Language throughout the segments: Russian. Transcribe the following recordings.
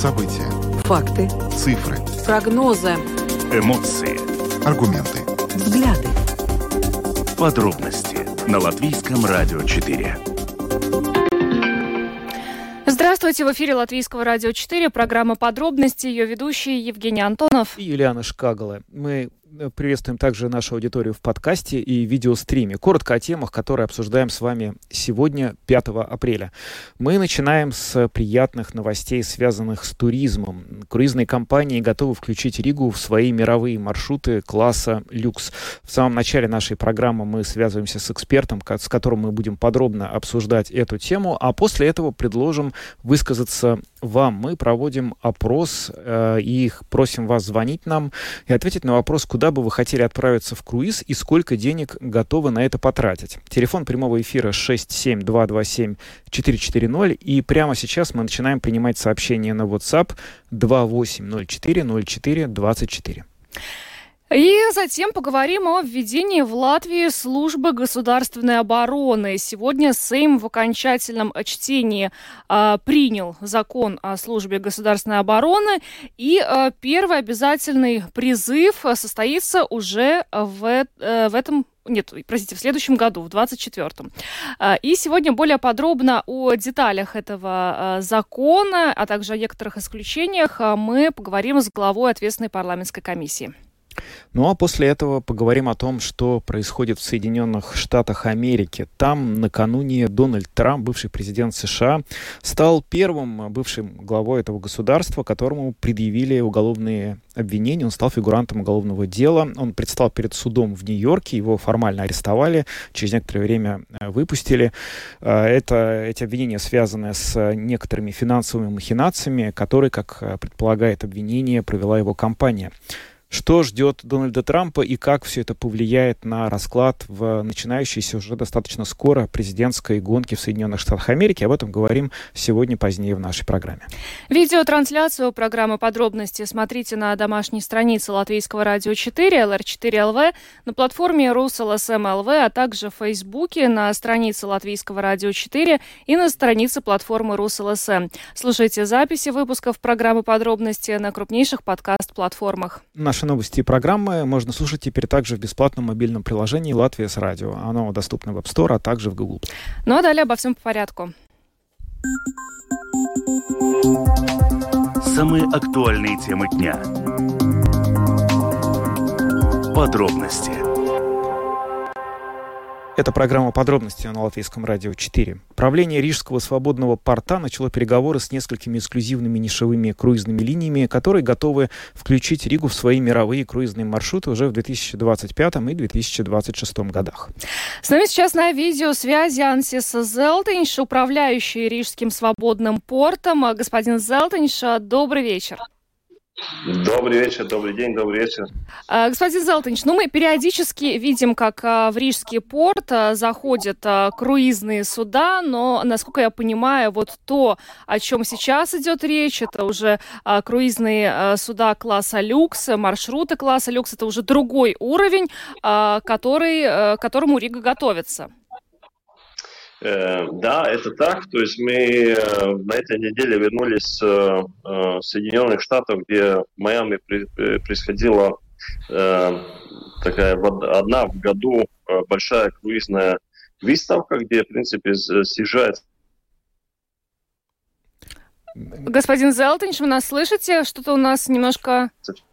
События. Факты. Цифры. Прогнозы. Эмоции. Аргументы. Взгляды. Подробности на Латвийском радио 4. Здравствуйте, в эфире Латвийского радио 4, программа «Подробности», ее ведущие Евгений Антонов и Юлиана Шкагала. Мы приветствуем также нашу аудиторию в подкасте и видеостриме. Коротко о темах, которые обсуждаем с вами сегодня, 5 апреля. Мы начинаем с приятных новостей, связанных с туризмом. Круизные компании готовы включить Ригу в свои мировые маршруты класса люкс. В самом начале нашей программы мы связываемся с экспертом, с которым мы будем подробно обсуждать эту тему, а после этого предложим высказаться вам. Мы проводим опрос и просим вас звонить нам и ответить на вопрос, куда бы вы хотели отправиться в круиз и сколько денег готовы на это потратить. Телефон прямого эфира 67227-440. И прямо сейчас мы начинаем принимать сообщения на WhatsApp 28040424. И затем поговорим о введении в Латвии службы государственной обороны. Сегодня Сейм в окончательном чтении принял закон о службе государственной обороны. И первый обязательный призыв состоится уже в следующем году, в 2024. И сегодня более подробно о деталях этого закона, а также о некоторых исключениях мы поговорим с главой ответственной парламентской комиссии. Ну а после этого поговорим о том, что происходит в Соединенных Штатах Америки. Там накануне Дональд Трамп, бывший президент США, стал первым бывшим главой этого государства, которому предъявили уголовные обвинения. Он стал фигурантом уголовного дела. Он предстал перед судом в Нью-Йорке, его формально арестовали, через некоторое время выпустили. Эти обвинения связаны с некоторыми финансовыми махинациями, которые, как предполагает обвинение, провела его компания. Что ждет Дональда Трампа и как все это повлияет на расклад в начинающейся уже достаточно скоро президентской гонке в Соединенных Штатах Америки? Об этом говорим сегодня позднее в нашей программе. Видеотрансляцию программы «Подробности» смотрите на домашней странице Латвийского радио 4, LR4LV, на платформе RusLSM.LV, а также в Фейсбуке, на странице Латвийского радио 4 и на странице платформы RusLSM. Слушайте записи выпусков программы «Подробности» на крупнейших подкаст-платформах. Наши новости и программы можно слушать теперь также в бесплатном мобильном приложении «Латвия с радио». Оно доступно в App Store, а также в Google. Ну а далее обо всем по порядку. Самые актуальные темы дня. Подробности. Это программа «Подробности» на Латвийском радио 4. Правление Рижского свободного порта начало переговоры с несколькими эксклюзивными нишевыми круизными линиями, которые готовы включить Ригу в свои мировые круизные маршруты уже в 2025 и 2026 годах. С нами сейчас на видеосвязи Ансис Зелтинш, управляющий Рижским свободным портом. Господин Зелтинш, добрый вечер. Добрый вечер, добрый день, добрый вечер. Господин Зелтинш, мы периодически видим, как в Рижский порт заходят круизные суда, но, насколько я понимаю, вот то, о чем сейчас идет речь, это уже круизные суда класса люкс, маршруты класса люкс, это уже другой уровень, к которому Рига готовится. Да, это так. То есть мы на этой неделе вернулись с Соединенных Штатов, где в Майами происходила такая одна в году большая круизная выставка, где, в принципе, съезжает. Господин Зелтинш, вы нас слышите? Что-то у нас немножко...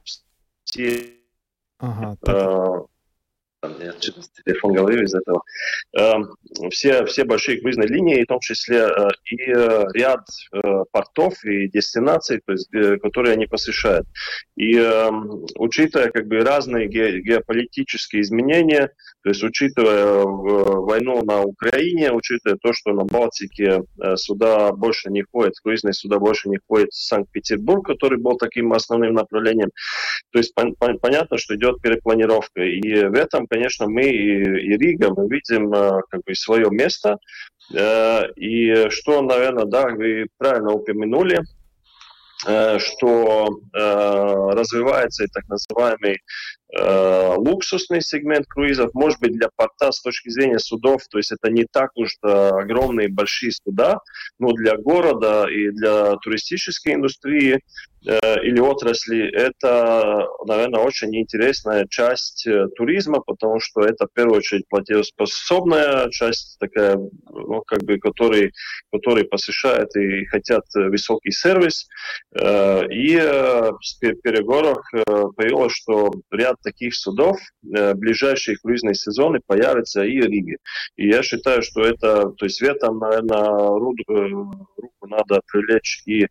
Нет, телефон головы из этого. Все большие круизные линии, в том числе и ряд портов и дестинаций, то есть, которые они посещают. И учитывая разные геополитические изменения, то есть учитывая войну на Украине, учитывая то, что на Балтике суда больше не ходят, круизные суда больше не ходят в Санкт-Петербург, который был таким основным направлением, то есть понятно, что идет перепланировка. И в этом, конечно, мы и Рига, мы видим свое место. И что, наверное, да, вы правильно упомянули, что развивается и так называемый луксусный сегмент круизов, может быть, для порта с точки зрения судов, то есть это не так уж огромные большие суда, но для города и для туристической индустрии или отрасли это, наверное, очень интересная часть туризма, потому что это, в первую очередь, платежеспособная часть, такая, ну, как бы, которые посещают и хотят высокий сервис. И в переговорах появилось, что ряд таких судов в ближайшие круизные сезоны появятся и в Риге. И я считаю, что это, то есть в этом, наверное, руку надо привлечь и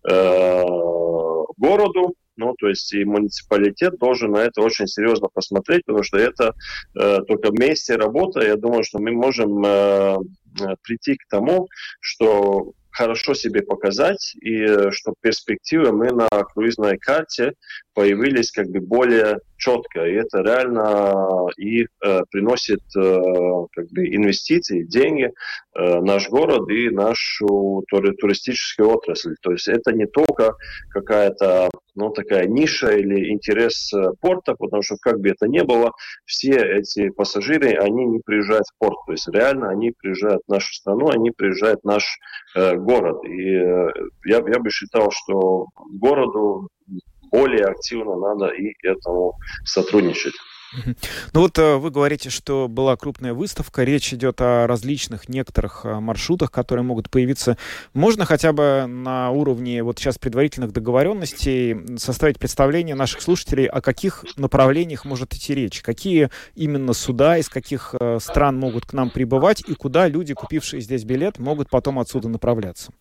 городу, ну, то есть и муниципалитет должен на это очень серьезно посмотреть, потому что это только вместе работа. Я думаю, что мы можем прийти к тому, что хорошо себе показать, и что перспективы мы на круизной карте появились как бы более четко. И это реально и приносит как бы инвестиции, деньги наш город и нашу туристическую отрасль. То есть это не только какая-то, ну, такая ниша или интерес порта, потому что как бы это ни было, все эти пассажиры, они не приезжают в порт. То есть реально они приезжают в нашу страну, они приезжают в наш город. И я бы считал, что городу более активно надо и этому сотрудничать. Ну вот вы говорите, что была крупная выставка, речь идет о различных некоторых маршрутах, которые могут появиться. Можно хотя бы на уровне вот сейчас предварительных договоренностей составить представление наших слушателей, о каких направлениях может идти речь? Какие именно суда, из каких стран могут к нам прибывать и куда люди, купившие здесь билет, могут потом отсюда направляться?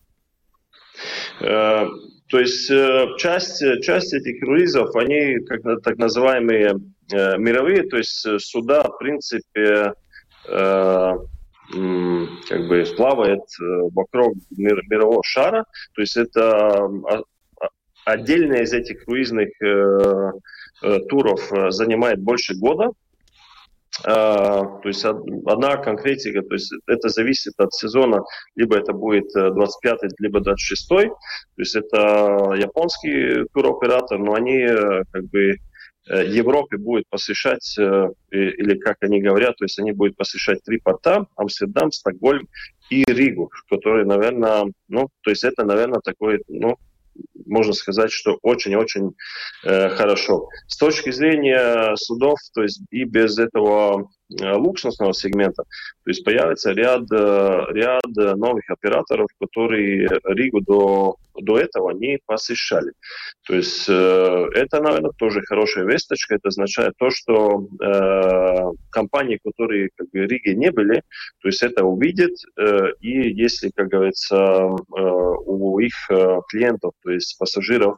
То есть часть этих круизов, они как так называемые мировые, то есть суда, в принципе, как бы плавает вокруг мирового шара. То есть это отдельные из этих круизных туров занимает больше года. То есть одна конкретика, то есть это зависит от сезона, либо это будет 25-й, либо 26-й, то есть это японский туроператор, но они как бы Европе будут посещать, или как они говорят, то есть они будут посещать 3 порта: Амстердам, Стокгольм и Ригу, которые, наверное, ну, то есть это, наверное, такой, ну, можно сказать, что очень-очень хорошо. С точки зрения судов, то есть и без этого луксусного сегмента, то есть появится ряд новых операторов, которые Ригу до этого не посещали. То есть это, наверное, тоже хорошая весточка. Это означает то, что компании, которые как бы в Риге не были, то есть это увидят, и если, как говорится, у их клиентов, то есть пассажиров,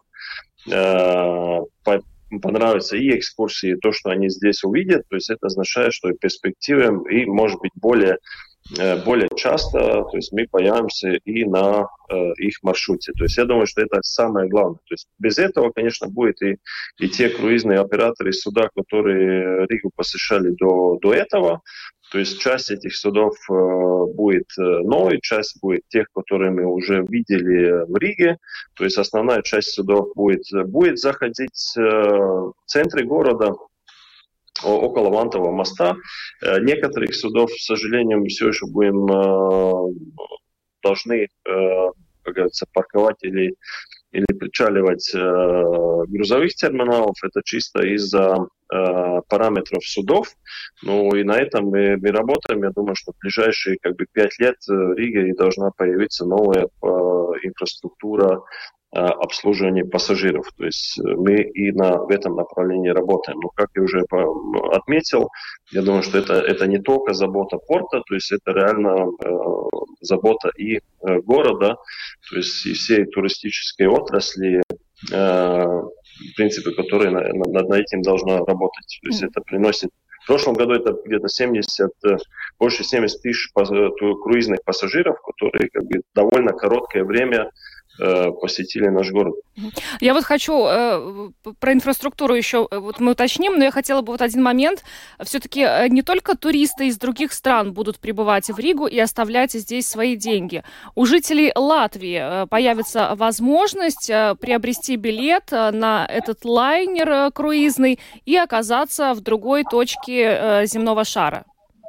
понравятся и экскурсии, и то, что они здесь увидят, то есть это означает, что и перспективы, и, может быть, более часто, то есть мы появимся и на их маршруте. То есть я думаю, что это самое главное. То есть без этого, конечно, будет и те круизные операторы суда, которые Ригу посещали до этого. То есть часть этих судов будет новой, часть будет тех, которые мы уже видели в Риге. То есть основная часть судов будет заходить в центре города, около Вантового моста. Некоторых судов, к сожалению, мы все еще должны, как говорится, парковать или причаливать грузовых терминалов. Это чисто из-за параметров судов. Ну и на этом мы работаем. Я думаю, что в ближайшие 5 лет в Риге должна появиться новая инфраструктура обслуживания пассажиров. То есть мы и в этом направлении работаем. Но, как я уже отметил, я думаю, что это не только забота порта, то есть это реально забота и города, то есть и всей туристической отрасли, в принципе, которая над этим должна работать. То есть это приносит... В прошлом году это где-то больше 70 тысяч круизных пассажиров, которые довольно короткое время посетили наш город. Я вот хочу про инфраструктуру еще вот мы уточним, но я хотела бы вот один момент. Все-таки не только туристы из других стран будут прибывать в Ригу и оставлять здесь свои деньги. У жителей Латвии появится возможность приобрести билет на этот лайнер круизный и оказаться в другой точке земного шара.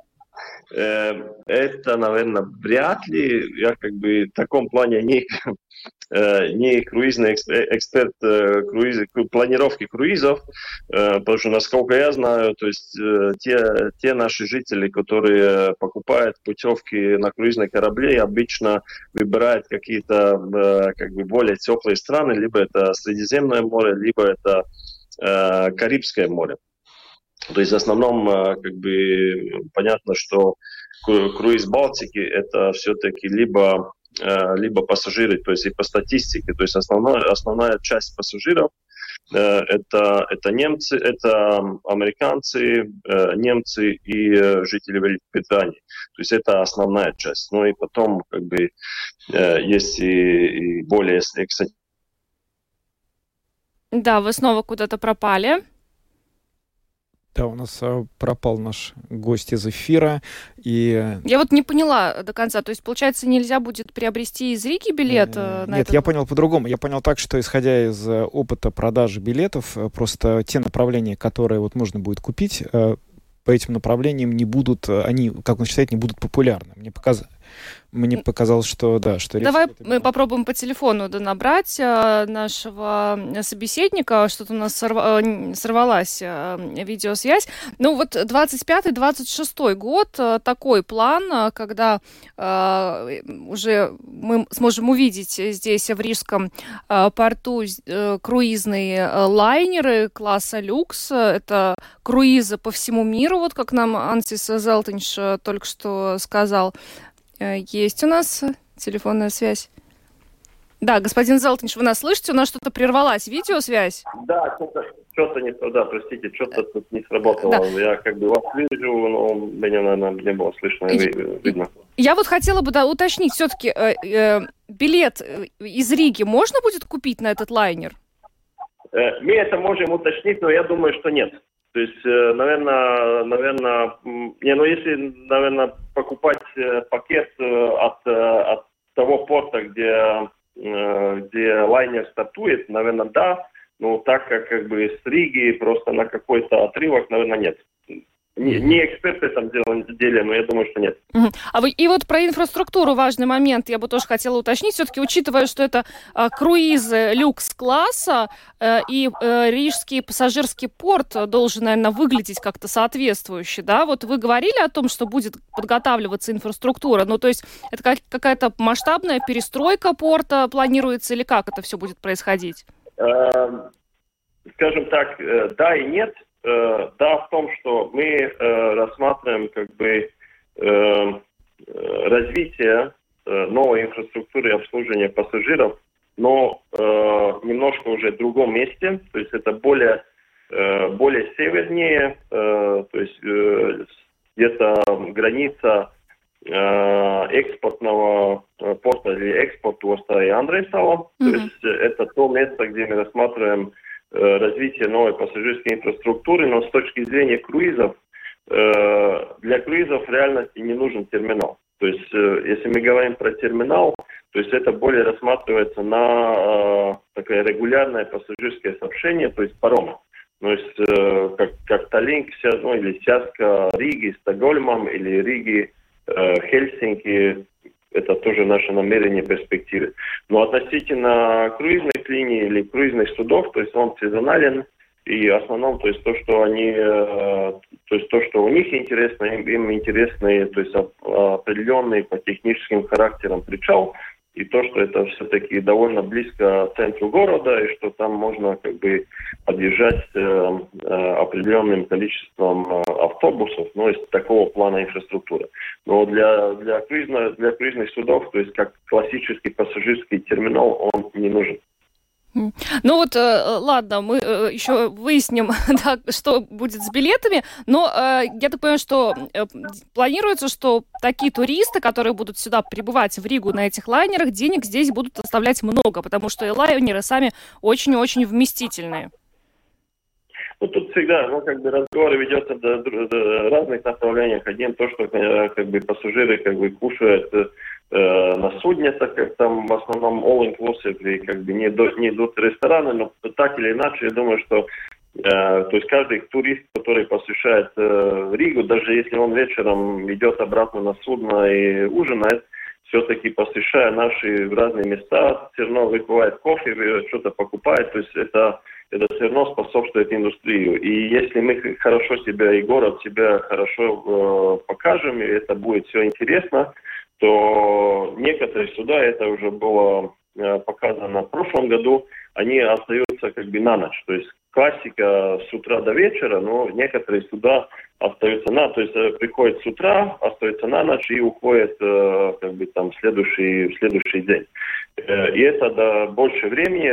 Это, наверное, вряд ли. Я в таком плане не круизный эксперт планировки круизов, потому что, насколько я знаю, то есть те наши жители, которые покупают путевки на круизные корабли, обычно выбирают какие-то более теплые страны, либо это Средиземное море, либо это Карибское море. То есть в основном понятно, что круиз Балтики это все-таки либо пассажиры, то есть и по статистике, то есть основная часть пассажиров это немцы, это американцы, немцы и жители Великобритании. То есть это основная часть. Ну и потом есть и более экзотические. Да, вы снова куда-то пропали. Да, у нас пропал наш гость из эфира. И... Я вот не поняла до конца. То есть, получается, нельзя будет приобрести из Риги билет? Нет, я понял по-другому. Я понял так, что исходя из опыта продажи билетов, просто те направления, которые вот можно будет купить, по этим направлениям не будут, они, как он считает, не будут популярны. Мне показалось, что да, что Давай мы попробуем по телефону набрать нашего собеседника. Что-то у нас сорвалась видеосвязь. Ну вот 25-26 год, такой план, когда уже мы сможем увидеть здесь в Рижском порту круизные лайнеры класса люкс. Это круизы по всему миру, вот как нам Ансис Зелтинш только что сказал. Есть у нас телефонная связь. Да, господин Зелтинш, вы нас слышите? У нас что-то прервалась видеосвязь. Да, что-то не простите, что-то тут не сработало. Да. Я вас вижу, но меня, наверное, не было слышно и видно. Я вот хотела бы уточнить, все-таки билет из Риги можно будет купить на этот лайнер? Мы это можем уточнить, но я думаю, что нет. То есть, наверное, если, покупать пакет от того порта, где лайнер стартует, наверное, да, но так как с Риги просто на какой-то отрывок, наверное, нет. Не эксперты в этом деле, но я думаю, что нет. И вот про инфраструктуру важный момент я бы тоже хотела уточнить. Все-таки, учитывая, что это круизы люкс-класса и Рижский пассажирский порт должен, наверное, выглядеть как-то соответствующе, да? Вот вы говорили о том, что будет подготавливаться инфраструктура. Ну, то есть это какая-то масштабная перестройка порта планируется или как это все будет происходить? Скажем так, да и нет. Да, в том, что мы рассматриваем развитие новой инфраструктуры обслуживания пассажиров, но немножко уже в другом месте, то есть это более севернее, то есть где-то граница экспортного порта или экспорт-порта и Андрейсала, то есть это то место, где мы рассматриваем развитие новой пассажирской инфраструктуры, но с точки зрения круизов, для круизов в реальности не нужен терминал. То есть, если мы говорим про терминал, то есть это более рассматривается на такое регулярное пассажирское сообщение, то есть парома. То есть, как Таллинк, или связка Риги с Стокгольмом, или Риги, Хельсинки, это тоже наше намерение в перспективе. Но относительно круизных линий или круизных судов, то есть он сезонален, и в основном, то есть то, что у них интересно, им интересны, то есть определенный по техническим характерам причал, и то, что это все-таки довольно близко к центру города, и что там можно подъезжать определенным количеством автобусов, из такого плана инфраструктуры. Но для круизных судов, то есть как классический пассажирский терминал, он не нужен. Ну вот, ладно, мы еще выясним, да, что будет с билетами, но я так понимаю, что планируется, что такие туристы, которые будут сюда прибывать в Ригу на этих лайнерах, денег здесь будут оставлять много, потому что и лайнеры сами очень-очень вместительные. Ну, тут всегда, разговор ведется до разных направлениях. Один то, что, пассажиры, кушают на судне, так как там в основном all-inclusive, и, не идут в рестораны, но так или иначе, я думаю, что, то есть каждый турист, который посещает Ригу, даже если он вечером идет обратно на судно и ужинает, все-таки посещая наши разные места, все равно выпивает кофе, что-то покупает, то есть это все равно способствует индустрию. И если мы хорошо себя и город себя хорошо покажем, и это будет все интересно, то некоторые суда, это уже было показано в прошлом году, они остаются на ночь. То есть классика с утра до вечера, но некоторые суда остаются то есть приходят с утра, остаются на ночь и уходят в следующий день. И это дает больше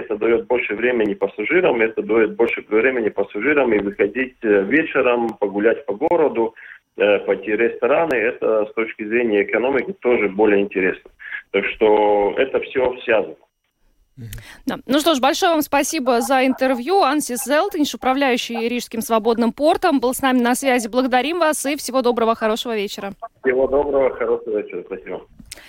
времени пассажирам, это дает больше времени пассажирам и выходить вечером, погулять по городу, пойти в рестораны, это с точки зрения экономики тоже более интересно. Так что это все связано. Да. Ну что ж, большое вам спасибо за интервью. Ансис Зелтинш, управляющий Рижским свободным портом, был с нами на связи. Благодарим вас и всего доброго, хорошего вечера. Всего доброго, хорошего вечера. Спасибо.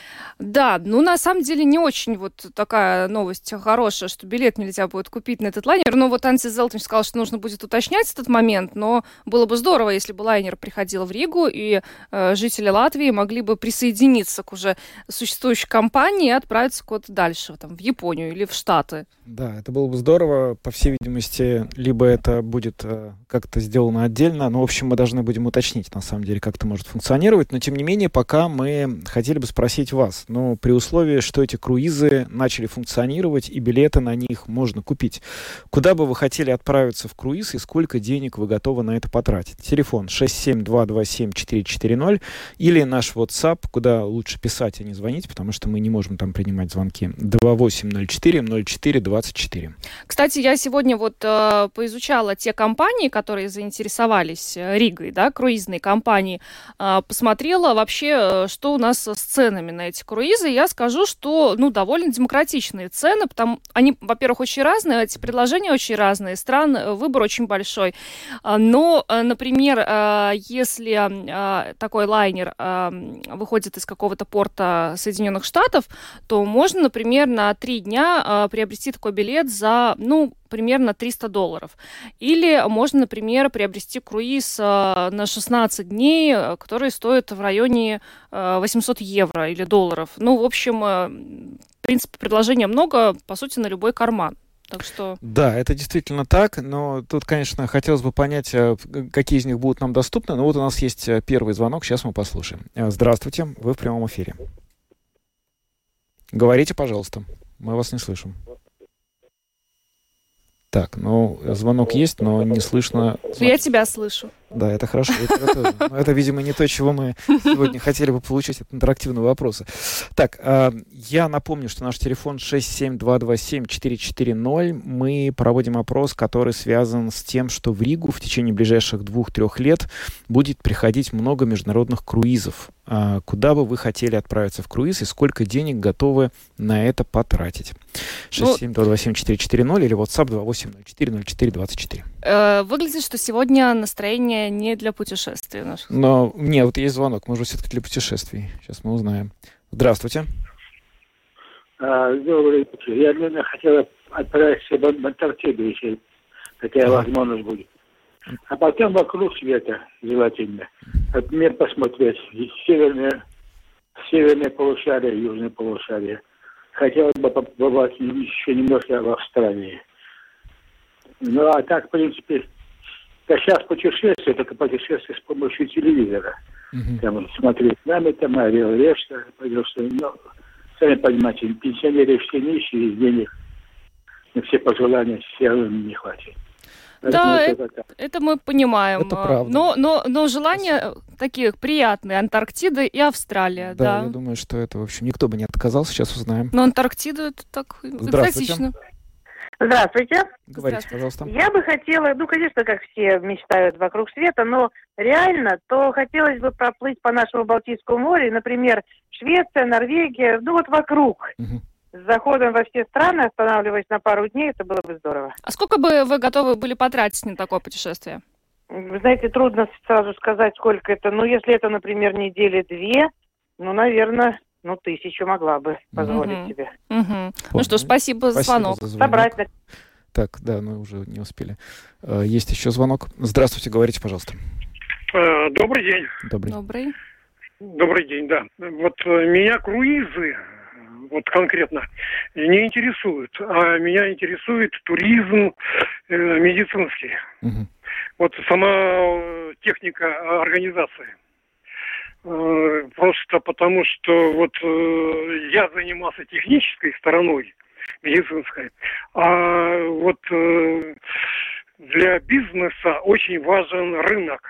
Да, на самом деле не очень такая новость хорошая, что билет нельзя будет купить на этот лайнер. Но Ансис Зелтинш сказал, что нужно будет уточнять этот момент, но было бы здорово, если бы лайнер приходил в Ригу, и жители Латвии могли бы присоединиться к уже существующей компании и отправиться куда-то дальше, в Японию или в Штаты. Да, это было бы здорово. По всей видимости, либо это будет как-то сделано отдельно, но, в общем, мы должны будем уточнить, на самом деле, как это может функционировать. Но, тем не менее, пока мы хотели бы спросить вас, при условии, что эти круизы начали функционировать и билеты на них можно купить. Куда бы вы хотели отправиться в круиз и сколько денег вы готовы на это потратить? Телефон 67227-440 или наш WhatsApp, куда лучше писать, а не звонить, потому что мы не можем там принимать звонки. 2804-04-24. Кстати, я сегодня поизучала те компании, которые заинтересовались Ригой, да, круизные компании, посмотрела вообще, что у нас с ценами на эти круизы. Я скажу, что довольно демократичные цены, потому они, во-первых, очень разные, эти предложения очень разные, стран, выбор очень большой. Но, например, если такой лайнер выходит из какого-то порта Соединенных Штатов, то можно, например, на 3 дня приобрести такой билет за, примерно $300. Или можно, например, приобрести круиз на 16 дней, который стоит в районе 800 евро или долларов. В общем, в принципе, предложения много, по сути, на любой карман. Так что... Да, это действительно так, но тут, конечно, хотелось бы понять, какие из них будут нам доступны. Но у нас есть первый звонок, сейчас мы послушаем. Здравствуйте, вы в прямом эфире. Говорите, пожалуйста, мы вас не слышим. Так, звонок есть, но не слышно. Я тебя слышу. Да, это хорошо. Это, видимо, не то, чего мы сегодня хотели бы получить от интерактивного вопроса. Так, я напомню, что наш телефон 67227-440. Мы проводим опрос, который связан с тем, что в Ригу в течение ближайших 2-3 лет будет приходить много международных круизов. Куда бы вы хотели отправиться в круиз и сколько денег готовы на это потратить? 67227-440 или WhatsApp 2804-04-24. Выглядит, что сегодня настроение не для путешествий. Но нет, есть звонок, может быть, все-таки для путешествий. Сейчас мы узнаем. Здравствуйте. Добрый вечер. Я, наверное, хотела отправиться в Антарктиду, если такая возможность будет. А потом вокруг света желательно. Например, посмотреть северное полушарие, южное полушарие. Хотел бы побывать еще немножко в Австралии. А так, в принципе, сейчас путешествие, только путешествие с помощью телевизора. Там смотреть нами, Орел и Решка, потому что, сами понимаете, пенсионеры все нищие, денег на все пожелания все не хватит. Да, это мы понимаем. Это правда. Но желания такие приятные. Антарктида и Австралия. Да, я думаю, что это, в общем, никто бы не отказался. Сейчас узнаем. Но Антарктида это так экзотично. Здравствуйте. Говорите, пожалуйста. Я бы хотела, конечно, как все мечтают вокруг света, но реально, то хотелось бы проплыть по нашему Балтийскому морю, например, Швеция, Норвегия, вокруг. Угу. С заходом во все страны, останавливаясь на пару дней, это было бы здорово. А сколько бы вы готовы были потратить на такое путешествие? Вы знаете, трудно сразу сказать, сколько это. Если это, например, недели 2, наверное, 1000 могла бы позволить себе. Ну что ж, спасибо за звонок. Собрать. Так, да, мы уже не успели. Есть еще звонок. Здравствуйте, говорите, пожалуйста. Добрый день. Добрый день, да. Меня круизы, конкретно, не интересуют, а меня интересует туризм медицинский. Угу. Сама техника организации. Просто потому, что я занимался технической стороной, медицинской, а для бизнеса очень важен рынок.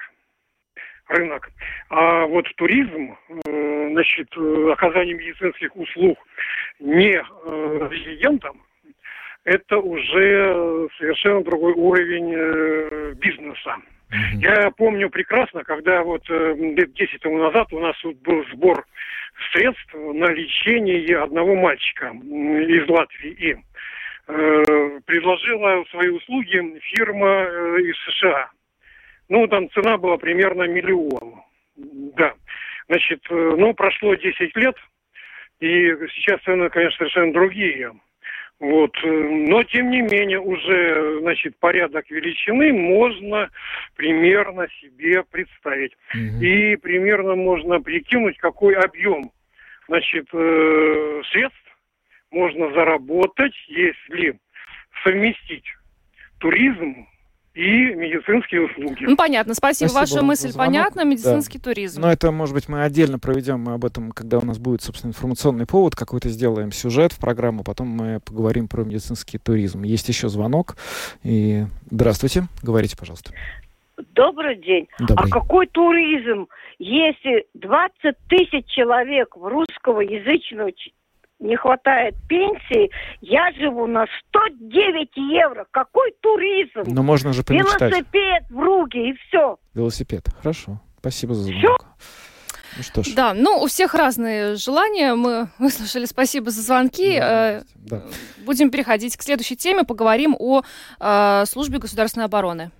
А туризм, оказание медицинских услуг не резидентам, это уже совершенно другой уровень бизнеса. Я помню прекрасно, когда лет 10 тому назад у нас был сбор средств на лечение одного мальчика из Латвии. И предложила свои услуги фирма из США. Там цена была примерно 1 миллион. Да. Прошло 10 лет, и сейчас цены, конечно, совершенно другие. Но, тем не менее, уже, порядок величины можно примерно себе представить. И примерно можно прикинуть, какой объем, средств можно заработать, если совместить туризм и медицинские услуги. Понятно, спасибо. Ваша мысль понятна, медицинский туризм. Но это, может быть, мы отдельно проведем об этом, когда у нас будет, собственно, информационный повод, какой-то сделаем сюжет в программу, потом мы поговорим про медицинский туризм. Есть еще звонок. Здравствуйте, говорите, пожалуйста. Добрый день. Добрый. А какой туризм, если 20 тысяч человек в русскоязычную не хватает пенсии, я живу на 109 евро. Какой туризм? Но можно же помечтать. Велосипед в руки и все. Велосипед. Хорошо. Спасибо за звонок. Ну что ж. Да, у всех разные желания. Мы выслушали. Спасибо за звонки. Да. Будем переходить к следующей теме. Поговорим о службе государственной обороны.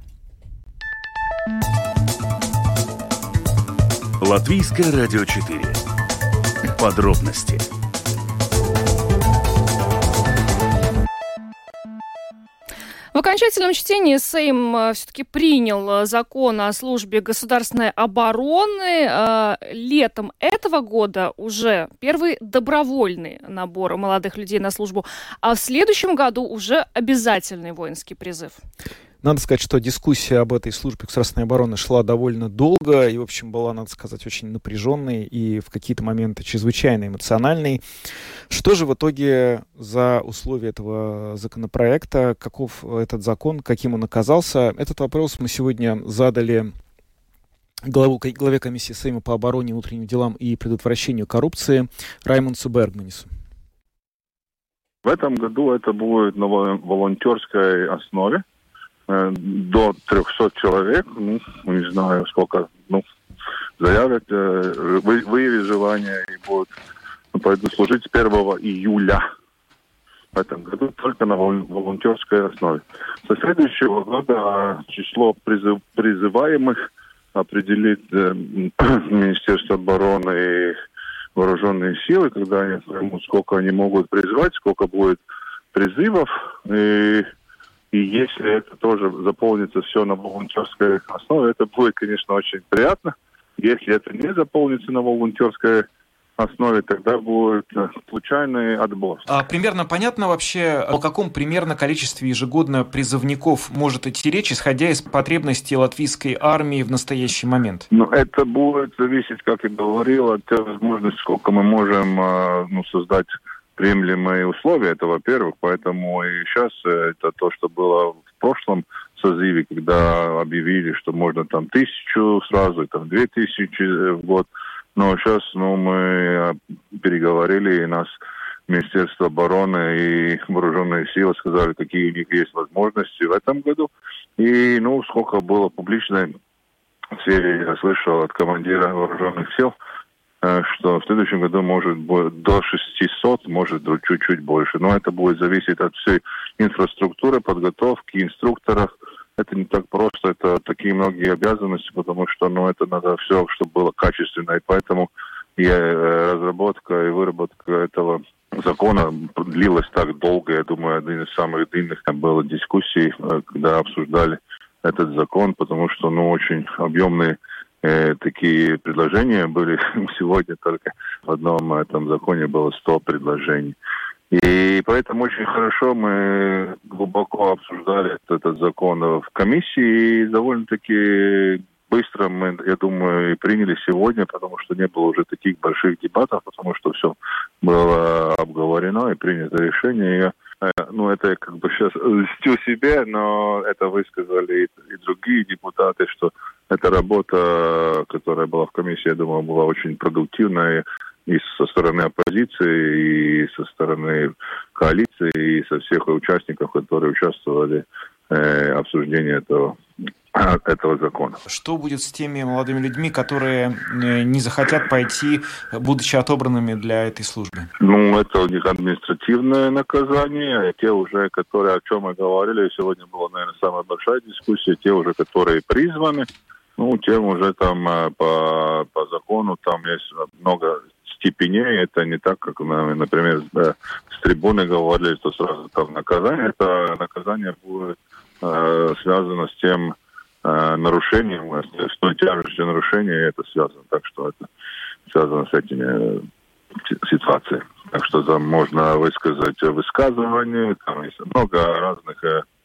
Латвийское радио 4. Подробности. В окончательном чтении Сейм все-таки принял закон о службе государственной обороны. Летом этого года уже первый добровольный набор молодых людей на службу, а в следующем году уже обязательный воинский призыв. Надо сказать, что дискуссия об этой службе государственной обороны шла довольно долго и, в общем, была, надо сказать, очень напряженной и в какие-то моменты чрезвычайно эмоциональной. Что же в итоге за условия этого законопроекта? Каков этот закон? Каким он оказался? Этот вопрос мы сегодня задали главе комиссии Сейма по обороне, внутренним делам и предотвращению коррупции Раймундсу Бергманису. В этом году это будет на волонтерской основе. До 300 человек, не знаю сколько, заявят, выявят желание и будут пойдут служить с 1 июля в этом году только на волонтерской основе. Со следующего года число призываемых определит Министерство обороны и вооруженные силы, когда они поймут, сколько они могут призывать, сколько будет призывов. И если это тоже заполнится все на волонтерской основе, это будет, конечно, очень приятно. Если это не заполнится на волонтерской основе, тогда будет случайный отбор. Примерно понятно вообще, о каком примерно количестве ежегодно призывников может идти речь, исходя из потребностей латвийской армии в настоящий момент? Это будет зависеть, как я говорил, от той возможности, сколько мы можем создать приемлемые условия, это во-первых, поэтому и сейчас это то, что было в прошлом созыве, когда объявили, что можно 1000 сразу, 2000 в год, но сейчас мы переговорили, и нас Министерство обороны и вооруженные силы сказали, какие у них есть возможности в этом году. И, сколько было публичной сфере, я слышал от командира вооруженных сил, что в следующем году может быть до 600, может чуть-чуть больше. Но это будет зависеть от всей инфраструктуры, подготовки, инструкторов. Это не так просто, это такие многие обязанности, потому что это надо все, чтобы было качественно. И поэтому разработка и выработка этого закона длилась так долго. Я думаю, один из самых длинных было дискуссий, когда обсуждали этот закон, потому что очень объемные такие предложения были. Сегодня только в одном этом законе было 100 предложений. И поэтому очень хорошо мы глубоко обсуждали этот закон в комиссии и довольно-таки быстро мы, я думаю, и приняли сегодня, потому что не было уже таких больших дебатов, потому что все было обговорено и принято решение. Это я сейчас льстю себе, но это высказали и другие депутаты, что эта работа, которая была в комиссии, я думаю, была очень продуктивная и со стороны оппозиции, и со стороны коалиции, и со всех участников, которые участвовали в обсуждении этого закона. Что будет с теми молодыми людьми, которые не захотят пойти, будучи отобранными для этой службы? Это у них административное наказание. Те уже, которые, о чем мы говорили, сегодня была, наверное, самая большая дискуссия, те уже, которые призваны, тем уже там по закону там есть много степеней. Это не так, как, например, с трибуны говорили, что сразу там наказание. Это наказание будет связано с тем нарушением, с той тяжестью нарушения это связано. Так что это связано с этими ситуациями. Так что там можно высказать высказывания, там есть много разных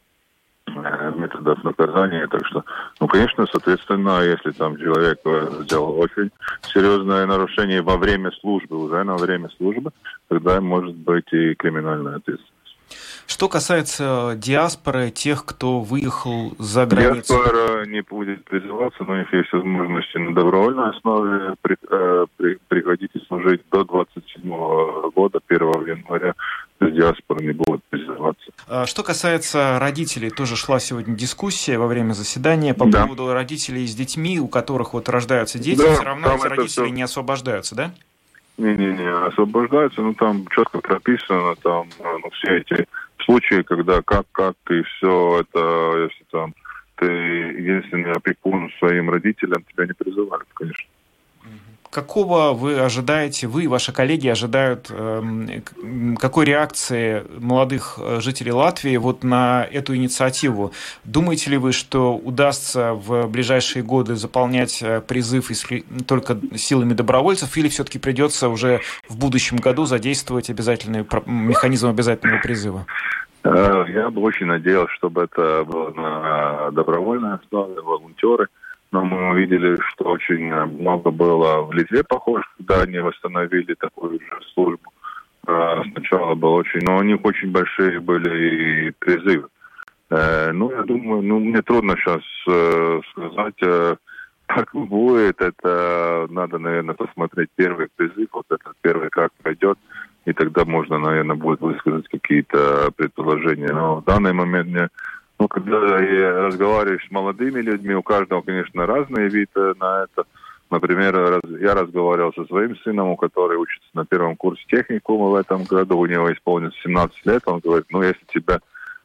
методов наказания. Так что, конечно, соответственно, если там человек сделал очень серьезное нарушение во время службы, уже на время службы, тогда может быть и криминальная ответственность. Что касается диаспоры, тех, кто выехал за границу... Диаспора не будет призываться, но у них есть возможности на добровольной основе приходить и служить до 27 года, 1 января. Диаспора не будет призываться. Что касается родителей, тоже шла сегодня дискуссия во время заседания по поводу родителей с детьми, у которых рождаются дети, все равно эти родители не освобождаются, да? Не освобождаются, там четко прописано, там все эти случаи, когда как и все это, если там ты единственный опекун своим родителям, тебя не призывали, конечно. Какого вы ожидаете, вы и ваши коллеги ожидают, какой реакции молодых жителей Латвии на эту инициативу? Думаете ли вы, что удастся в ближайшие годы заполнять призыв только силами добровольцев, или все-таки придется уже в будущем году задействовать механизм обязательного призыва? Я бы очень надеялся, чтобы это было на добровольной основе, волонтеры. Но мы увидели, что очень много было в Литве, похоже, когда они восстановили такую же службу. Сначала было очень... Но у них очень большие были и призывы. Я думаю, мне трудно сейчас сказать, как будет. Это надо, наверное, посмотреть первый призыв, этот первый как пройдет. И тогда можно, наверное, будет высказать какие-то предположения. Но в данный момент мне... когда я разговариваю с молодыми людьми, у каждого, конечно, разные виды на это. Например, я разговаривал со своим сыном, который учится на первом курсе техникума в этом году, у него исполнится 17 лет, он говорит, если тебя,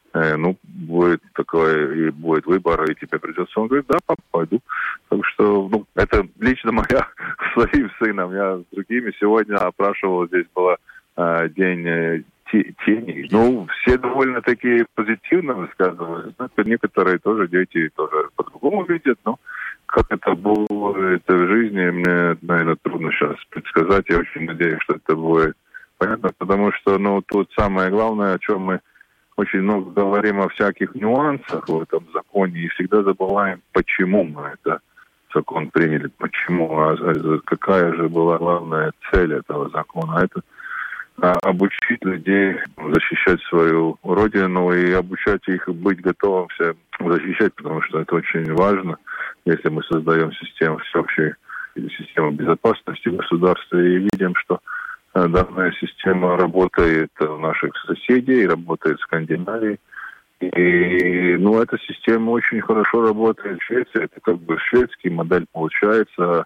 будет такой, и будет выбор, и тебе придется, он говорит, да, папа, пойду. Так что, это лично моя с своим сыном, я с другими сегодня опрашивал, здесь была день тени. Все довольно-таки позитивно высказывались. Некоторые тоже дети тоже по-другому видят, но как это будет в жизни, мне, наверное, трудно сейчас предсказать. Я очень надеюсь, что это будет понятно, потому что, тут самое главное, о чем мы очень много говорим, о всяких нюансах в этом законе, и всегда забываем, почему мы этот закон приняли, почему, какая же была главная цель этого закона. Это обучить людей защищать свою родину и обучать их быть готовым всем защищать, потому что это очень важно, если мы создаем систему всеобщей систему безопасности государства и видим, что Данная система работает у наших соседей, работает в Скандинавии. И, эта система очень хорошо работает в Швеции. Это как бы шведский модель получается.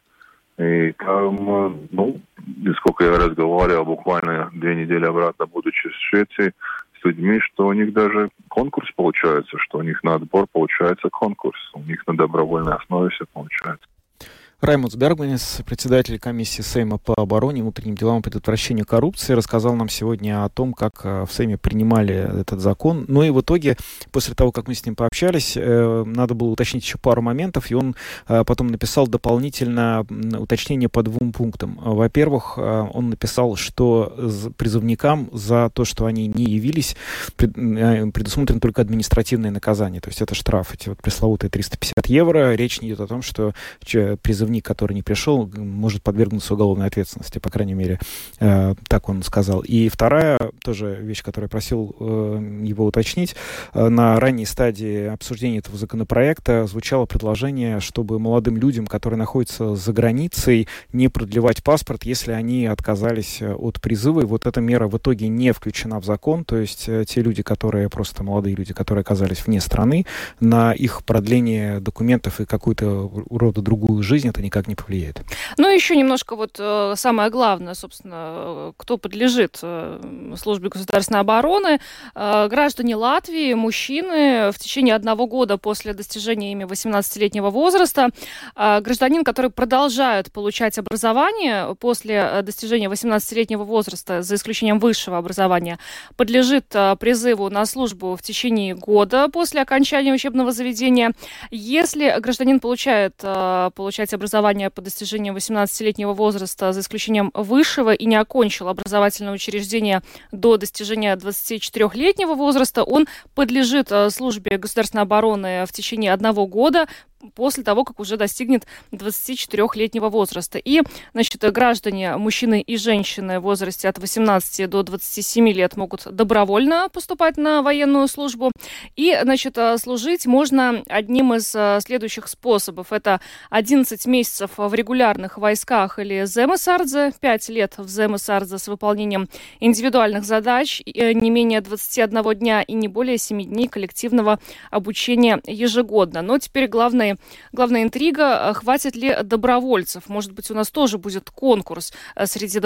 И там, сколько я разговаривал, буквально 2 недели обратно, будучи в Швеции, с людьми, что у них даже конкурс получается, что у них на отбор получается конкурс. У них на добровольной основе все получается. Раймундс Бергманис, председатель комиссии Сейма по обороне, внутренним делам и предотвращению коррупции, рассказал нам сегодня о том, как в Сейме принимали этот закон. Ну и в итоге, после того, как мы с ним пообщались, надо было уточнить еще пару моментов, и он потом написал дополнительно уточнение по 2 пунктам. Во-первых, он написал, что призывникам за то, что они не явились, предусмотрено только административное наказание. То есть это штраф, эти вот пресловутые 350 евро. Речь не идет о том, что призывник, который не пришел, может подвергнуться уголовной ответственности, по крайней мере, так он сказал. И вторая тоже вещь, которую я просил его уточнить, на ранней стадии обсуждения этого законопроекта звучало предложение, чтобы молодым людям, которые находятся за границей, не продлевать паспорт, если они отказались от призыва. И вот эта мера в итоге не включена в закон, то есть те люди, которые просто молодые люди, которые оказались вне страны, на их продление документов и какую-то рода другую жизнь это никак не повлияет. Ну, еще немножко самое главное, собственно, кто подлежит службе государственной обороны. Граждане Латвии, мужчины, в течение 1 года после достижения ими 18-летнего возраста, гражданин, который продолжает получать образование после достижения 18-летнего возраста, за исключением высшего образования, подлежит призыву на службу в течение года после окончания учебного заведения. Если гражданин получает образование по достижению 18-летнего возраста, за исключением высшего, и не окончил образовательное учреждение до достижения 24-летнего возраста, он подлежит службе государственной обороны в течение 1 года после того, как уже достигнет 24-летнего возраста. И, граждане, мужчины и женщины в возрасте от 18 до 27 лет могут добровольно поступать на военную службу. И, служить можно одним из следующих способов. Это 11 месяцев в регулярных войсках или земесардзе, 5 лет в земесардзе с выполнением индивидуальных задач, не менее 21 дня и не более 7 дней коллективного обучения ежегодно. Но теперь главная интрига, хватит ли добровольцев. Может быть, у нас тоже будет конкурс среди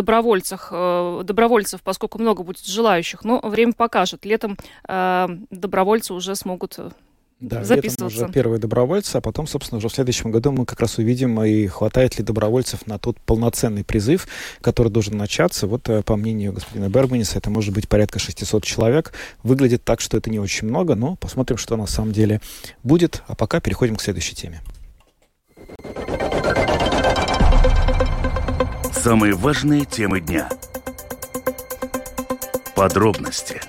добровольцев, поскольку много будет желающих. Но время покажет. Летом добровольцы уже смогут записываться. Летом уже первые добровольцы, а потом, собственно, уже в следующем году мы как раз увидим, и хватает ли добровольцев на тот полноценный призыв, который должен начаться. По мнению господина Бергманиса, это может быть порядка 600 человек. Выглядит так, что это не очень много, но посмотрим, что на самом деле будет. А пока переходим к следующей теме. Самые важные темы дня. Подробности.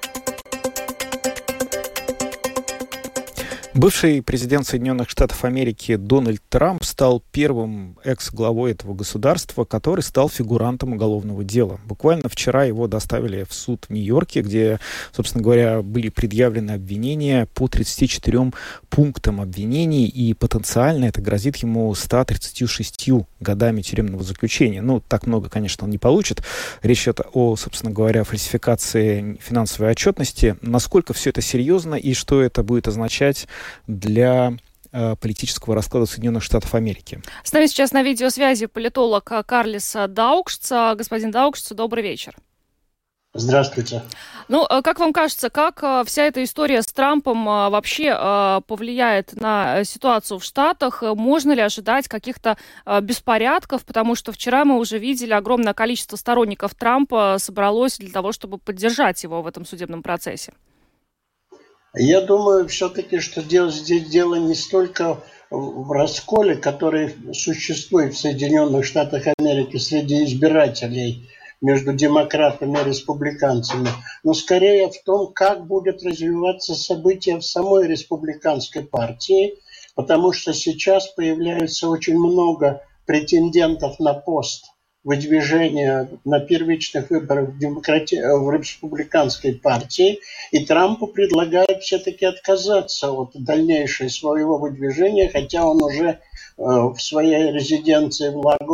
Бывший президент Соединенных Штатов Америки Дональд Трамп стал первым экс-главой этого государства, который стал фигурантом уголовного дела. Буквально вчера его доставили в суд в Нью-Йорке, где, собственно говоря, были предъявлены обвинения по 34 пунктам обвинений, и потенциально это грозит ему 136 годами тюремного заключения. Так много, конечно, он не получит. Речь идет о, собственно говоря, фальсификации финансовой отчетности. Насколько все это серьезно и что это будет означать для политического расклада Соединенных Штатов Америки? С нами сейчас на видеосвязи политолог Карлис Даукштс. Господин Даукштс, добрый вечер. Здравствуйте. Как вам кажется, как вся эта история с Трампом вообще повлияет на ситуацию в Штатах? Можно ли ожидать каких-то беспорядков? Потому что вчера мы уже видели, огромное количество сторонников Трампа собралось для того, чтобы поддержать его в этом судебном процессе. Я думаю, все-таки, что здесь дело не столько в расколе, который существует в Соединенных Штатах Америки среди избирателей между демократами и республиканцами, но скорее в том, как будет развиваться события в самой республиканской партии, потому что сейчас появляется очень много претендентов на пост выдвижения на первичных выборах в республиканской партии, и Трампу предлагают все-таки отказаться от дальнейшего своего выдвижения, хотя он уже в своей резиденции в Лаго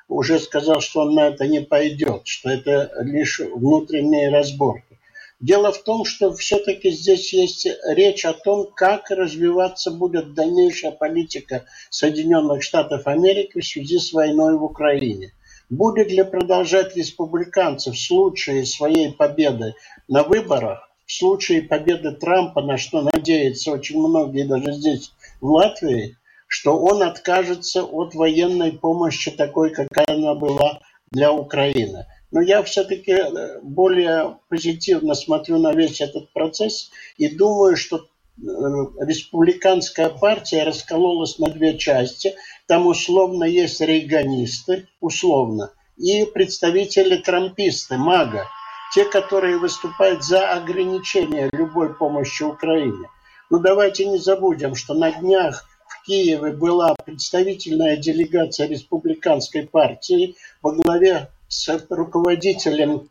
уже сказал, что он на это не пойдет, что это лишь внутренние разборки. Дело в том, что все-таки здесь есть речь о том, как развиваться будет дальнейшая политика Соединенных Штатов Америки в связи с войной в Украине. Будет ли продолжать республиканцы в случае своей победы на выборах, в случае победы Трампа, на что надеются очень многие даже здесь, в Латвии, что он откажется от военной помощи такой, какая она была для Украины. Но я все-таки более позитивно смотрю на весь этот процесс и думаю, что республиканская партия раскололась на две части. Там условно есть рейганисты, условно, и представители трамписты, МАГА, те, которые выступают за ограничение любой помощи Украине. Но давайте не забудем, что на днях в Киеве была представительная делегация республиканской партии во главе с руководителем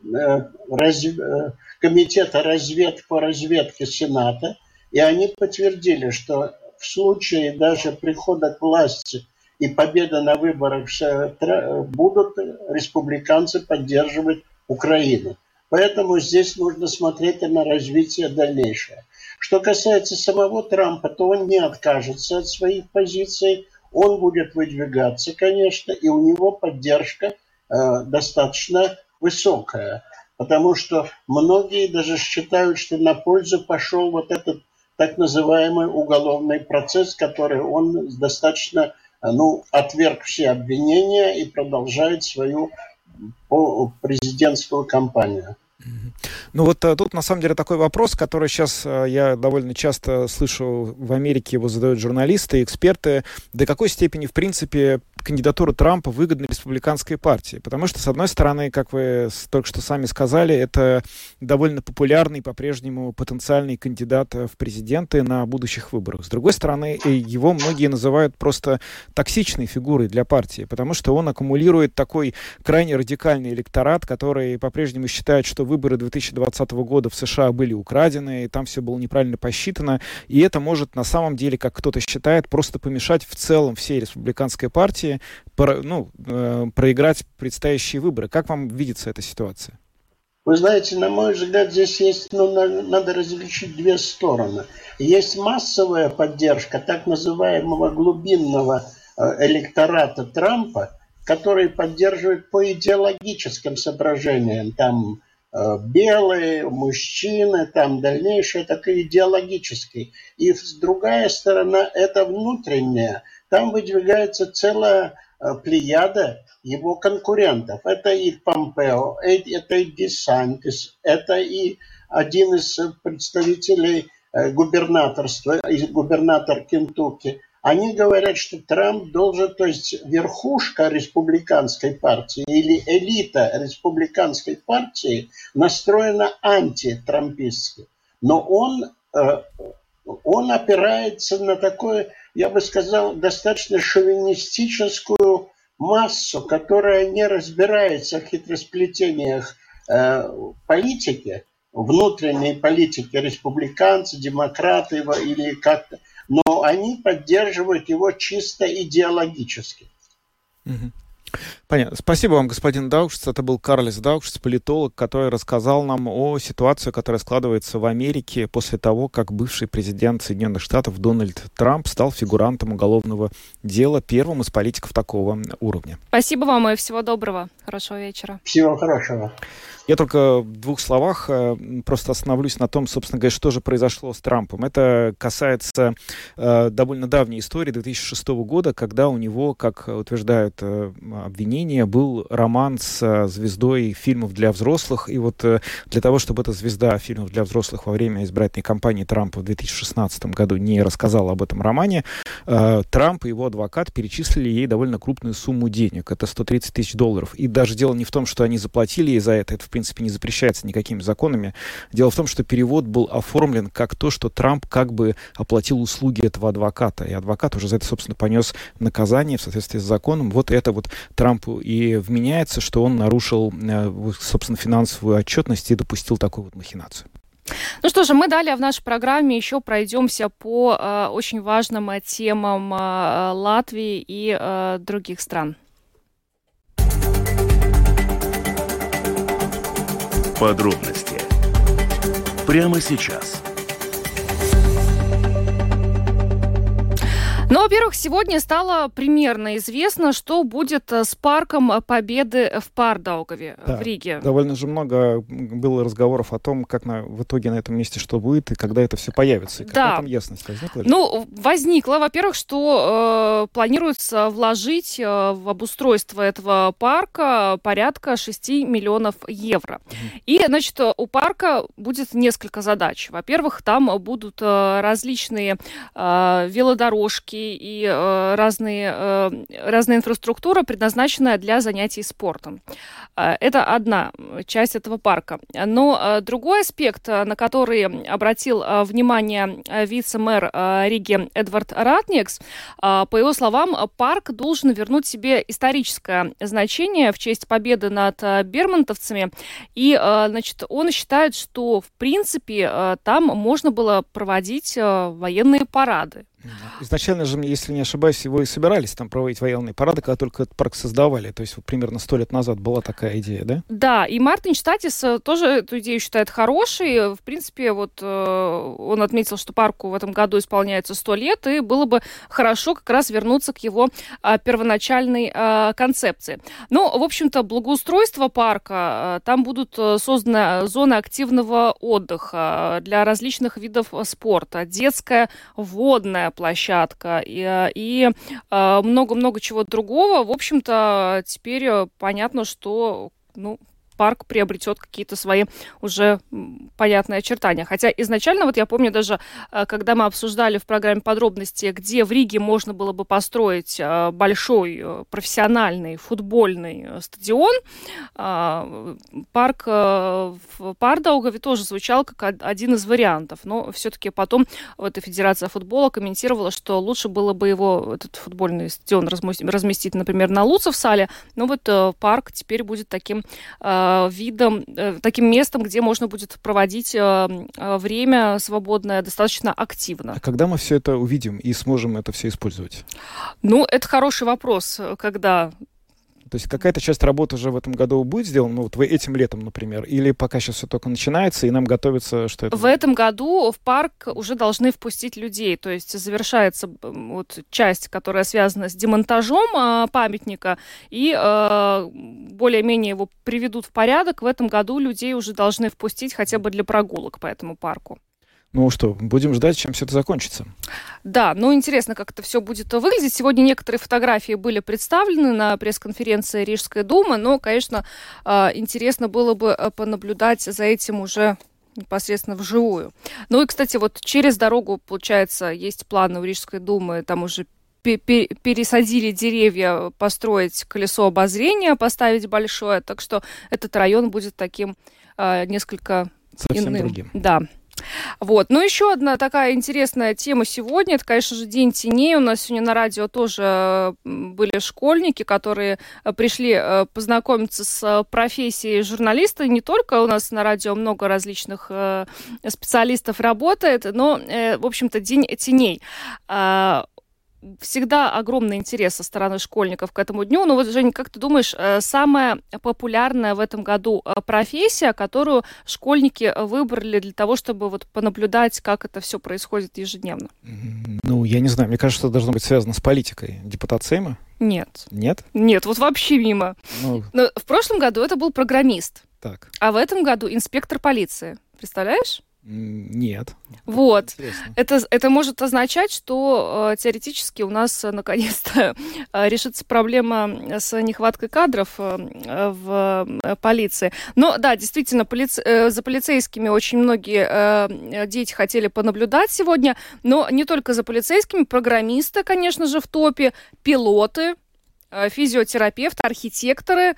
комитета по разведке Сената, и они подтвердили, что в случае даже прихода к власти и победы на выборах будут республиканцы поддерживать Украину. Поэтому здесь нужно смотреть на развитие дальнейшее. Что касается самого Трампа, то он не откажется от своих позиций, он будет выдвигаться, конечно, и у него поддержка достаточно высокая, потому что многие даже считают, что на пользу пошел вот этот так называемый уголовный процесс, который он достаточно, отверг все обвинения и продолжает свою президентскую кампанию. Ну вот тут на самом деле такой вопрос, который сейчас я довольно часто слышу в Америке, его задают журналисты, эксперты. До какой степени, в принципе, кандидатура Трампа выгодна республиканской партии? Потому что, с одной стороны, как вы только что сами сказали, это довольно популярный по-прежнему потенциальный кандидат в президенты на будущих выборах. С другой стороны, его многие называют просто токсичной фигурой для партии, потому что он аккумулирует такой крайне радикальный электорат, который по-прежнему считает, что выборы 2020 года в США были украдены, и там все было неправильно посчитано, и это может на самом деле, как кто-то считает, просто помешать в целом всей республиканской партии проиграть предстоящие выборы. Как вам видится эта ситуация? Вы знаете, на мой взгляд, здесь есть, надо различить две стороны. Есть массовая поддержка так называемого глубинного электората Трампа, который поддерживает по идеологическим соображениям, там белые, мужчины, там дальнейшее, так и идеологический. И другая сторона, это внутренняя. Там выдвигается целая плеяда его конкурентов. Это и Помпео, это и Десантис, это и один из представителей губернаторства, губернатор Кентукки. Они говорят, что Трамп должен, то есть верхушка республиканской партии или элита республиканской партии настроена антитрампистски. Но он опирается на такое, я бы сказал, достаточно шовинистическую массу, которая не разбирается в хитросплетениях политики, внутренней политики республиканцы, демократы или как-то. Но они поддерживают его чисто идеологически. Понятно. Спасибо вам, господин Даукшиц. Это был Карлис Даукшиц, политолог, который рассказал нам о ситуации, которая складывается в Америке после того, как бывший президент Соединенных Штатов Дональд Трамп стал фигурантом уголовного дела, первым из политиков такого уровня. Спасибо вам и всего доброго. Хорошего вечера. Всего хорошего. Я только в двух словах просто остановлюсь на том, собственно говоря, что же произошло с Трампом. Это касается довольно давней истории 2006 года, когда у него, как утверждают обвинения, был роман с звездой фильмов для взрослых. И вот для того, чтобы эта звезда фильмов для взрослых во время избирательной кампании Трампа в 2016 году не рассказала об этом романе, Трамп и его адвокат перечислили ей довольно крупную сумму денег. Это $130 тысяч. И даже дело не в том, что они заплатили ей за это в принципе не запрещается никакими законами. Дело в том, что перевод был оформлен как то, что Трамп как бы оплатил услуги этого адвоката. И адвокат уже за это, собственно, понес наказание в соответствии с законом. Вот это вот Трампу и вменяется, что он нарушил, собственно, финансовую отчетность и допустил такую вот махинацию. Ну что же, мы далее в нашей программе еще пройдемся по очень важным темам Латвии и других стран. Подробности прямо сейчас. Ну, во-первых, сегодня стало примерно известно, что будет с парком Победы в Пардаугаве, в Риге. Довольно же много было разговоров о том, как в итоге на этом месте что будет и когда это все появится. И какая там ясность возникла? Ну, возникла, во-первых, что планируется вложить в обустройство этого парка порядка 6 миллионов евро. И, значит, у парка будет несколько задач. Во-первых, там будут различные велодорожки, и разная инфраструктура, предназначенная для занятий спортом. Это одна часть этого парка. Но другой аспект, на который обратил внимание вице-мэр Риги Эдвард Ратникс, по его словам, парк должен вернуть себе историческое значение в честь победы над бермонтовцами. И, значит, он считает, что, в принципе, там можно было проводить военные парады. Изначально же, если не ошибаюсь, его и собирались там проводить военные парады, когда только этот парк создавали. То есть примерно 100 лет назад была такая идея, да? Да, и Мартин Штатис тоже эту идею считает хорошей. В принципе, вот он отметил, что парку в этом году исполняется 100 лет, и было бы хорошо как раз вернуться к его первоначальной концепции. Ну, в общем-то, благоустройство парка, там будут созданы зоны активного отдыха для различных видов спорта, детская, водная площадка и много-много чего другого. В общем-то, теперь понятно, что парк приобретет какие-то свои уже понятные очертания. Хотя изначально, вот я помню даже, когда мы обсуждали в программе подробности, где в Риге можно было бы построить большой профессиональный футбольный стадион, парк в Пардаугаве тоже звучал как один из вариантов. Но все-таки потом эта Федерация футбола комментировала, что лучше было бы этот футбольный стадион разместить, например, на Луцевсале. Но вот парк теперь будет таким таким местом, где можно будет проводить время свободное достаточно активно. А когда мы все это увидим и сможем это все использовать? Ну, это хороший вопрос, когда... То есть какая-то часть работы уже в этом году будет сделана, вот этим летом, например, или пока сейчас все только начинается, и нам готовится, что это... В этом году в парк уже должны впустить людей, то есть завершается вот часть, которая связана с демонтажом памятника, и более-менее его приведут в порядок. В этом году людей уже должны впустить хотя бы для прогулок по этому парку. Ну что, будем ждать, чем все это закончится. Да, интересно, как это все будет выглядеть. Сегодня некоторые фотографии были представлены на пресс-конференции Рижской думы, но, конечно, интересно было бы понаблюдать за этим уже непосредственно вживую. Ну и, кстати, вот через дорогу, получается, есть планы у Рижской думы, там уже пересадили деревья, построить колесо обозрения, поставить большое, так что этот район будет таким несколько совсем иным. Другим. Да. Вот. Ну, еще одна такая интересная тема сегодня, это, конечно же, День теней. У нас сегодня на радио тоже были школьники, которые пришли познакомиться с профессией журналиста. Не только у нас на радио много различных специалистов работает, но, в общем-то, День теней. Всегда огромный интерес со стороны школьников к этому дню. Но вот, Женя, как ты думаешь, самая популярная в этом году профессия, которую школьники выбрали для того, чтобы вот понаблюдать, как это все происходит ежедневно? Ну, я не знаю. Мне кажется, это должно быть связано с политикой. Депутат Сейма? Нет. Нет? Нет, вот вообще мимо. Но в прошлом году это был программист. Так. А в этом году инспектор полиции. Представляешь? Нет. Вот. Это может означать, что теоретически у нас наконец-то решится проблема с нехваткой кадров в полиции. Но да, действительно, за полицейскими очень многие дети хотели понаблюдать сегодня, но не только за полицейскими, программисты, конечно же, в топе, пилоты, физиотерапевты, архитекторы,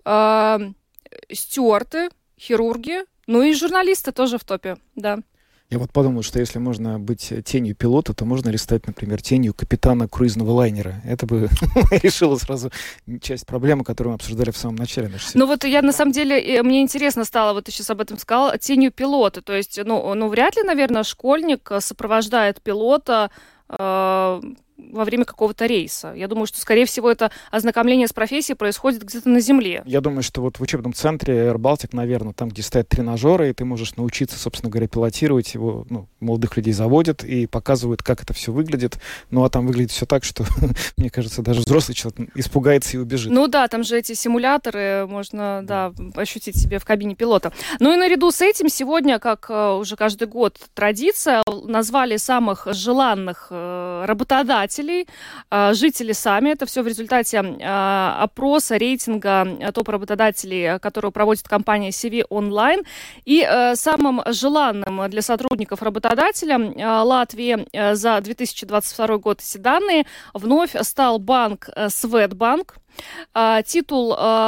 стюарты, хирурги. Ну и журналисты тоже в топе, да. Я вот подумал, что если можно быть тенью пилота, то можно ли стать, например, тенью капитана круизного лайнера? Это бы решило сразу часть проблемы, которую мы обсуждали в самом начале нашей серии. Ну вот я, на самом деле, мне интересно стало, вот ты сейчас об этом сказала, тенью пилота. То есть, вряд ли, наверное, школьник сопровождает пилота во время какого-то рейса. Я думаю, что, скорее всего, это ознакомление с профессией происходит где-то на земле. Я думаю, что вот в учебном центре Air Baltic, наверное, там, где стоят тренажеры, и ты можешь научиться, собственно говоря, пилотировать его, молодых людей заводят и показывают, как это все выглядит. Ну, а там выглядит все так, что, мне кажется, даже взрослый человек испугается и убежит. Ну да, там же эти симуляторы можно, ощутить себе в кабине пилота. Ну и наряду с этим сегодня, как уже каждый год традиция, назвали самых желанных работодателей, жители сами. Это все в результате опроса, рейтинга топ-работодателей, которую проводит компания CV Online. И самым желанным для сотрудников работодателя Латвии за 2022 год эти данные вновь стал банк Светбанк. Титул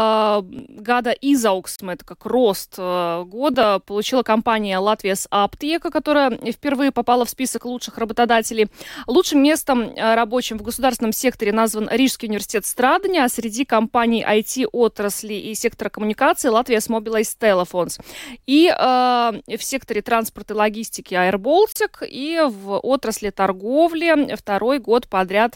года изауgsme, это как рост года, получила компания Латвijas Аптека, которая впервые попала в список лучших работодателей. Лучшим местом рабочим в государственном секторе назван Рижский университет Страдания, а среди компаний IT-отрасли и сектора коммуникации Latvijas Mobilais Telefons. И в секторе транспорта и логистики Air Baltic, и в отрасли торговли второй год подряд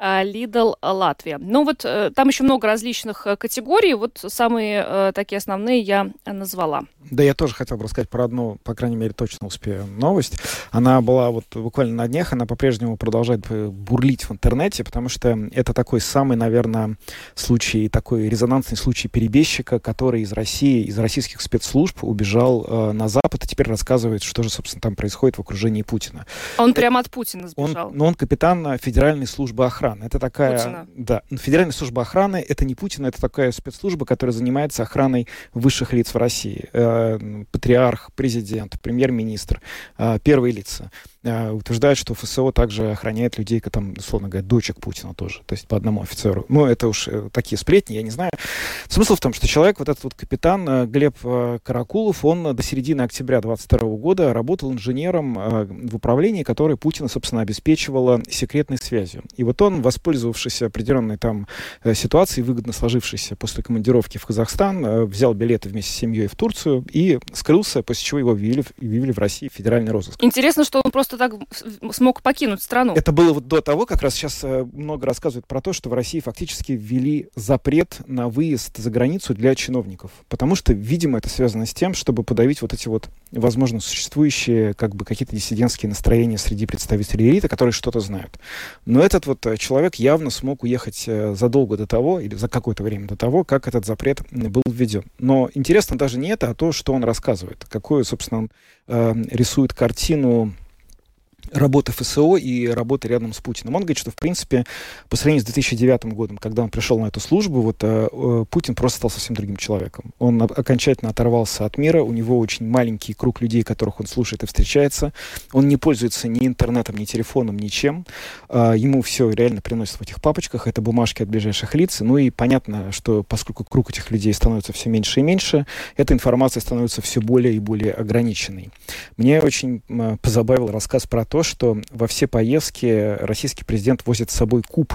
Lidl Латвия. Ну вот там еще много различных категорий, вот самые такие основные я назвала. Да, я тоже хотел бы рассказать про одну, по крайней мере, точно успею, новость. Она была вот буквально на днях, она по-прежнему продолжает бурлить в интернете, потому что это такой самый, наверное, случай, такой резонансный случай перебежчика, который из России, из российских спецслужб убежал на Запад и теперь рассказывает, что же, собственно, там происходит в окружении Путина. Он прямо от Путина сбежал. Он капитан Федеральной службы охраны. Это такая... Путина. Да, Федеральная служба охраны, это не Путин, это такая спецслужба, которая занимается охраной высших лиц в России. Патриарх, президент, премьер-министр, первые лица. Утверждают, что ФСО также охраняет людей, там, условно говоря, дочек Путина тоже, то есть по одному офицеру. Ну, это уж такие сплетни, я не знаю. Смысл в том, что человек, вот этот вот капитан Глеб Каракулов, он до середины октября 2022 года работал инженером в управлении, которое Путина, собственно, обеспечивало секретной связью. И вот он, воспользовавшись определенной там ситуацией, выгодно сложившейся после командировки в Казахстан, взял билеты вместе с семьей в Турцию и скрылся, после чего его объявили в России федеральный розыск. Интересно, что он просто так смог покинуть страну. Это было вот до того, как раз сейчас много рассказывают про то, что в России фактически ввели запрет на выезд за границу для чиновников. Потому что, видимо, это связано с тем, чтобы подавить вот эти вот, возможно, существующие как бы какие-то диссидентские настроения среди представителей элиты, которые что-то знают. Но этот вот человек явно смог уехать задолго до того, или за какое-то время до того, как этот запрет был введен. Но интересно даже не это, а то, что он рассказывает. Какую, собственно, он рисует картину работы ФСО и работы рядом с Путиным. Он говорит, что, в принципе, по сравнению с 2009 годом, когда он пришел на эту службу, вот Путин просто стал совсем другим человеком. Он окончательно оторвался от мира, у него очень маленький круг людей, которых он слушает и встречается. Он не пользуется ни интернетом, ни телефоном, ничем. Ему все реально приносят в этих папочках, это бумажки от ближайших лиц. Ну и понятно, что поскольку круг этих людей становится все меньше и меньше, эта информация становится все более и более ограниченной. Мне очень позабавил рассказ про то, что во все поездки российский президент возит с собой куб.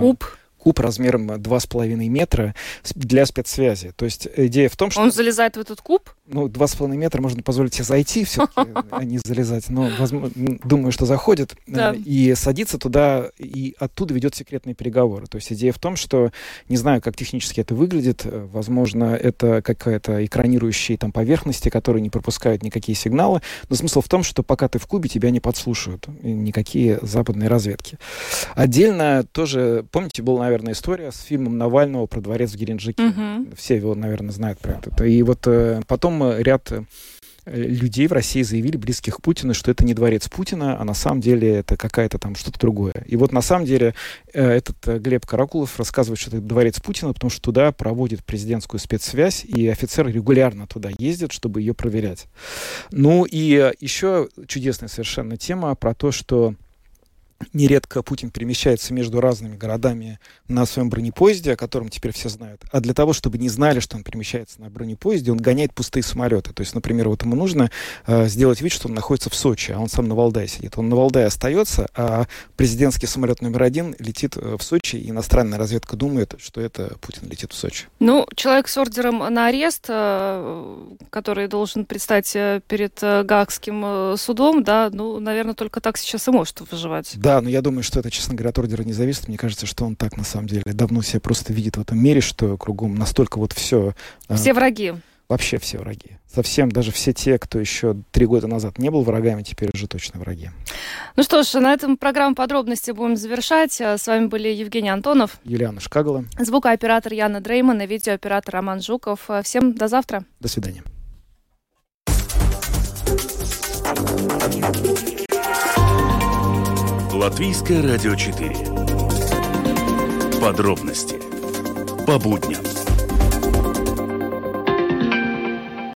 Куб размером 2,5 метра для спецсвязи. То есть идея в том, что... Он залезает в этот куб? Ну, 2,5 метра можно позволить себе зайти все-таки, а не залезать. Но думаю, что заходит. Да. И садится туда, и оттуда ведет секретные переговоры. То есть идея в том, что... Не знаю, как технически это выглядит. Возможно, это какая-то экранирующая там поверхности, которые не пропускают никакие сигналы. Но смысл в том, что пока ты в кубе, тебя не подслушивают никакие западные разведки. Отдельно тоже... Помните, был, наверное, история с фильмом Навального про дворец в Геленджике. Угу. Все его, наверное, знают про это. И вот потом ряд людей в России заявили, близких к Путину, что это не дворец Путина, а на самом деле это какая-то там что-то другое. И вот на самом деле этот Глеб Каракулов рассказывает, что это дворец Путина, потому что туда проводит президентскую спецсвязь, и офицеры регулярно туда ездят, чтобы ее проверять. Ну и еще чудесная совершенно тема про то, что нередко Путин перемещается между разными городами на своем бронепоезде, о котором теперь все знают. А для того, чтобы не знали, что он перемещается на бронепоезде, он гоняет пустые самолеты. То есть, например, вот ему нужно сделать вид, что он находится в Сочи, а он сам на Валдае сидит. Он на Валдае остается, а президентский самолет номер 1 летит в Сочи, и иностранная разведка думает, что это Путин летит в Сочи. Ну, человек с ордером на арест, который должен предстать перед Гаагским судом, да, ну, наверное, только так сейчас и может выживать. Да, Да, но я думаю, что это, честно говоря, от ордера не зависит. Мне кажется, что он так, на самом деле, давно себя просто видит в этом мире, что кругом настолько вот все... Все враги. Вообще все враги. Совсем даже все те, кто еще 3 года назад не был врагами, теперь уже точно враги. Ну что ж, на этом программу «Подробности» будем завершать. С вами были Евгений Антонов, Юлиана Шкагала, звукооператор Яна Дрейман и видеооператор Роман Жуков. Всем до завтра. До свидания. Латвийское радио 4. Подробности по будням.